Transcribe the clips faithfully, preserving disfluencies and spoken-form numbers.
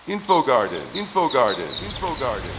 Info Garden, Info Garden, Info Garden,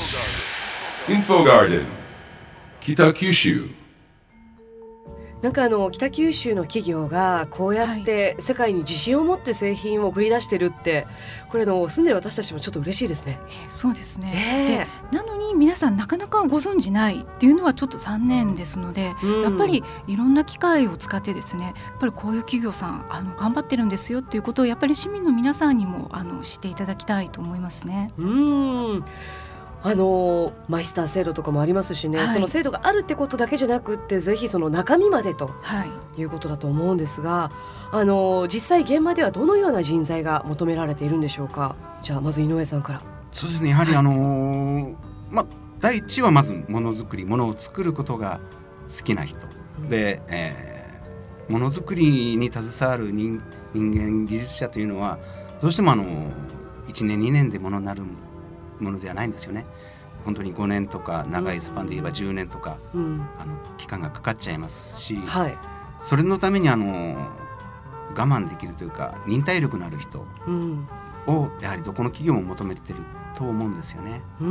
Info Garden, 北九州。 なんかあの北九州の企業がこうやって世界に自信を持って製品を送り出してるって、はい、これの住んでる私たちもちょっと嬉しいですね。 えー、そうですね、えー、でなのに皆さんなかなかご存じないっていうのはちょっと残念ですので、うん、やっぱりいろんな機会を使ってですね、やっぱりこういう企業さんあの頑張ってるんですよっていうことをやっぱり市民の皆さんにもあの知っていただきたいと思いますね。 うーんあのマイスター制度とかもありますしね、はい、その制度があるってことだけじゃなくってぜひその中身までと、はい、いうことだと思うんですが、あの実際現場ではどのような人材が求められているんでしょうか。じゃあまず井上さんから。 そうですね、やはり、はい、あのーまあ、第一はまずものづくりものを作ることが好きな人、うん、で、えー、ものづくりに携わる 人, 人間技術者というのはどうしてもあのいちねんにねんでものになるものではないんですよね。本当にごねんとか長いスパンで言えばじゅうねんとか、うん、あの期間がかかっちゃいますし、はい、それのためにあの我慢できるというか忍耐力のある人をやはりどこの企業も求めてると思うんですよね。うん、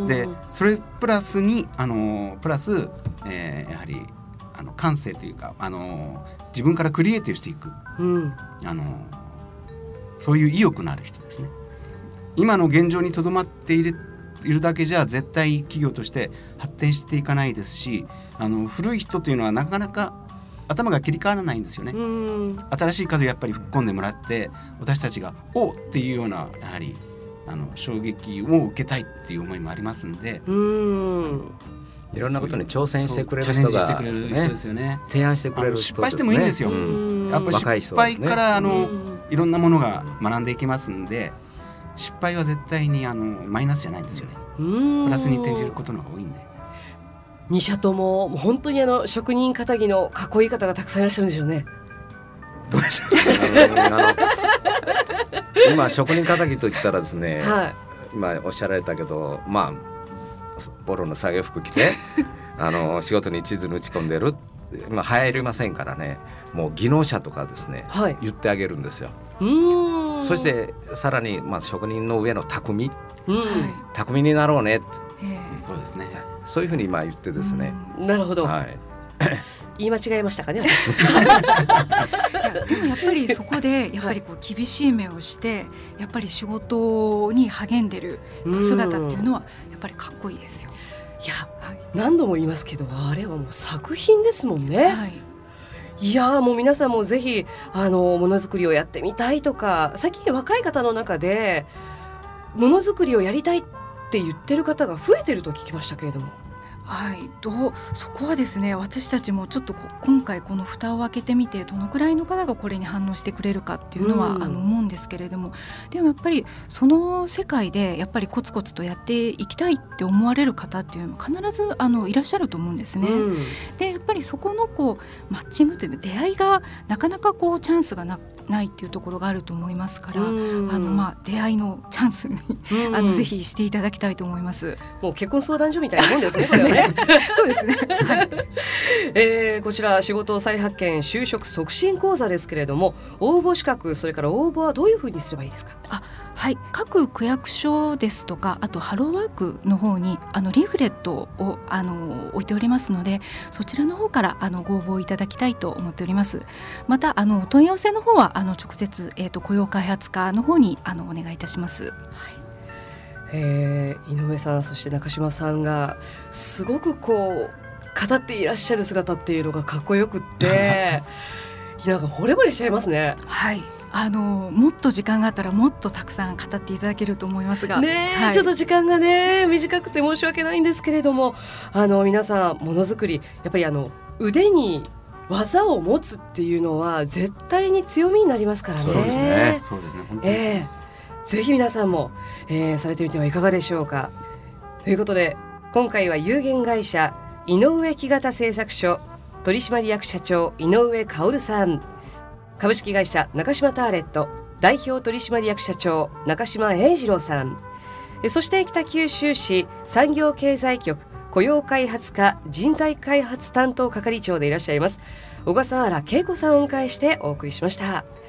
でそれプラスにあのプラス、えー、やはりあの感性というかあの自分からクリエイティブしていく、うん、あのそういう意欲のある人ですね。今の現状にとどまっている、いるだけじゃ絶対企業として発展していかないですし、あの古い人というのはなかなか頭が切り替わらないんですよね。うん新しい風をやっぱり吹っ込んでもらって私たちがおっていうようなやはりあの衝撃を受けたいっていう思いもありますんで、うんいろんなことに挑戦してくれる人が、ね、チャレンジしてくれる人ですよね。提案してくれる人ですね。失敗してもいいんですよ。やっぱり失敗からあのいろんなものが学んでいきますんで、失敗は絶対にあのマイナスじゃないんですよね。プラスに転じることの方が多いんで。 に社とも本当にあの職人かたぎのかっこいい方がたくさんいらっしゃるんでしょうね。 どうでしょうあの今職人かたぎといったらですね、はい、今おっしゃられたけど、まあボロの作業服着てあの仕事に地図に打ち込んでる今流行りませんからね、もう技能者とかですね、はい、言ってあげるんですよ。うーんそしてさらに、まあ、職人の上の匠、うん、匠になろうねって、 そうですね、 そういうふうに今言ってですね。 なるほど、はい、言い間違えましたかね私いやでもやっぱりそこでやっぱりこう厳しい目をしてやっぱり仕事に励んでる姿っていうのはやっぱりかっこいいですよ。 いや、はい、何度も言いますけどあれはもう作品ですもんね。はい、いやもう皆さんもぜひあのものづくりをやってみたいとか、最近若い方の中でものづくりをやりたいって言ってる方が増えてると聞きましたけれども。 はい、どうそこはですね、私たちもちょっと今回この蓋を開けてみてどのくらいの方がこれに反応してくれるかっていうのは、うん、あの思うんですけれども、でもやっぱりその世界でやっぱりコツコツとやっていきたいって思われる方っていうのは必ずあのいらっしゃると思うんですね。うん、でやっぱりそこのこうマッチングという出会いがなかなかこうチャンスがなないっていうところがあると思いますから、うん、あのまあ出会いのチャンスに、うん、あのぜひしていただきたいと思います。 もう結婚相談所みたいなもんですね。 そうですね、はい。 えー、こちら仕事再発見就職促進講座ですけれども、応募資格それから応募はどういうふうにすればいいですか。 あはい、各区役所ですとかあとハローワークの方にあのリーフレットをあの置いておりますので、そちらの方からあのご応募いただきたいと思っております。またあの問い合わせの方はあの直接、えー、と雇用開発課の方にあのお願いいたします。はい、 えー、井上さんそして中島さんがすごくこう語っていらっしゃる姿っていうのがかっこよくってなんか惚れ惚れしちゃいますね。 はい、あのもっと時間があったらもっとたくさん語っていただけると思いますが、 ね、 はい、 ちょっと時間がね短くて申し訳ないんですけれども、あの皆さんものづくりやっぱりあの腕に技を持つっていうのは絶対に強みになりますからね。 そうですね、そうですね、本当にそうです。 えー、ぜひ皆さんも、えー、されてみてはいかがでしょうか。ということで今回は有限会社井上木型製作所取締役社長井上薫さん、株式会社中島ターレット代表取締役社長中島英二郎さん、そして北九州市産業経済局雇用開発課人材開発担当係長でいらっしゃいます小笠原恵子さんをお迎えしてお送りしました。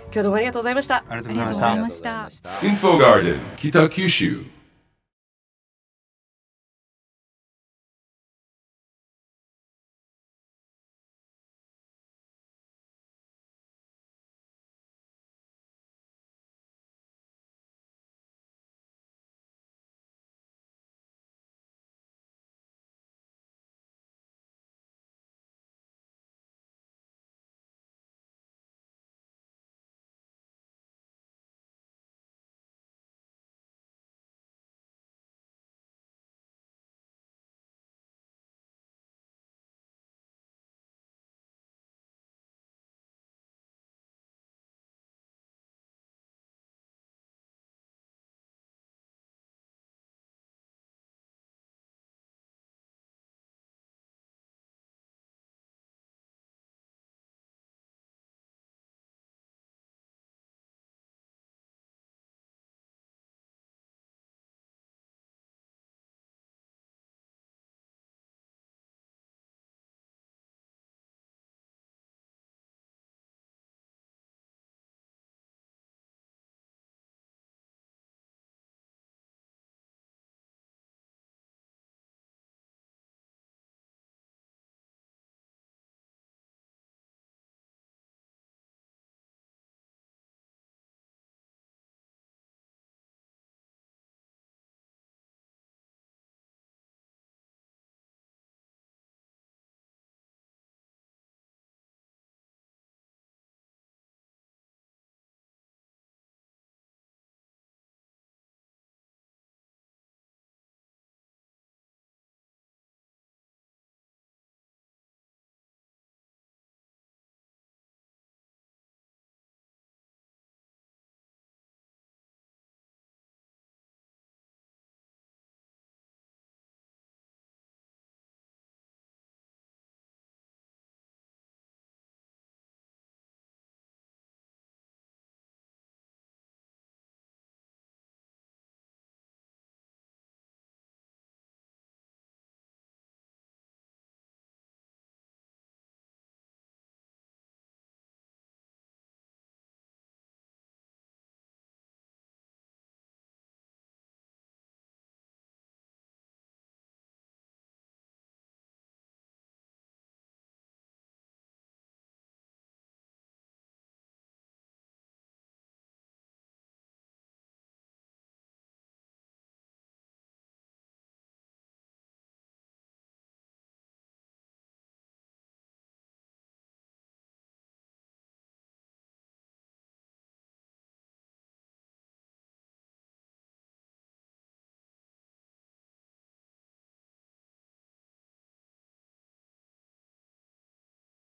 今日どうもありがとうございました。 ありがとうございました。 ありがとうございました。 Info Garden 北九州